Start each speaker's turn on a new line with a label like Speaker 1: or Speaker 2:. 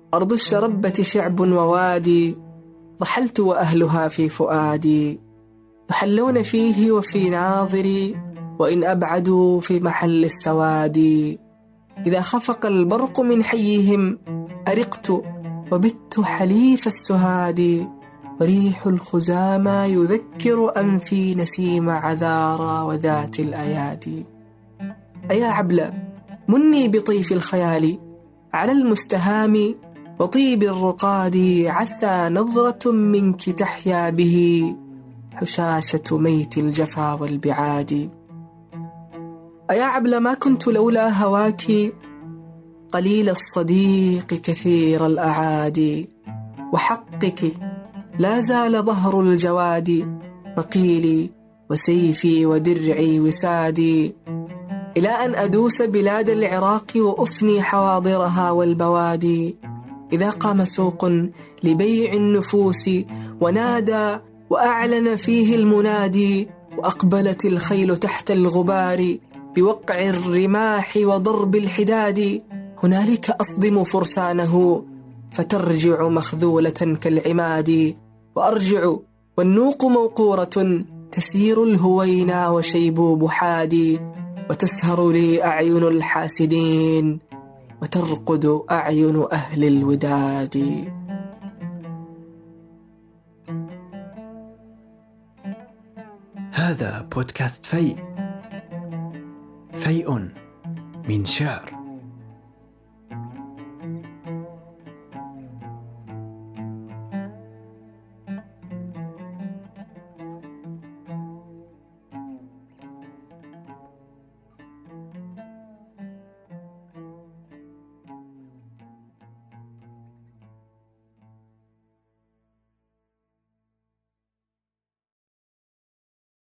Speaker 1: أرض الشربة شعب ووادي، رحلت وأهلها في فؤادي، يحلون فيه وفي ناظري، وإن أبعدوا في محل السواد. إذا خفق البرق من حيهم أرقت وبت حليف السهاد، وريح الخزامى يذكر أنفي نسيم عذارى وذات الأيادي. أيا عبلة مني بطيف الخيال على المستهام وطيب الرقاد، عسى نظرة منك تحيا به حشاشة ميت الجفا والبعاد. أيا عبلة ما كنت لولا هواك قليل الصديق كثير الأعادي، وحقك لا زال ظهر الجواد مقيلي وسيفي ودرعي وسادي، إلى أن أدوس بلاد العراق وأفني حواضرها والبوادي. إذا قام سوق لبيع النفوس ونادى وأعلن فيه المنادي، وأقبلت الخيل تحت الغبار بوقع الرماح وضرب الحداد، هنالك أصدم فرسانه فترجع مخذولة كالعماد، وأرجع والنوق موقورة تسير الهوينا وشيبوب حادي، وتسهر لي أعين الحاسدين وترقد أعين أهل الوداد.
Speaker 2: هذا بودكاست فيء من شعر.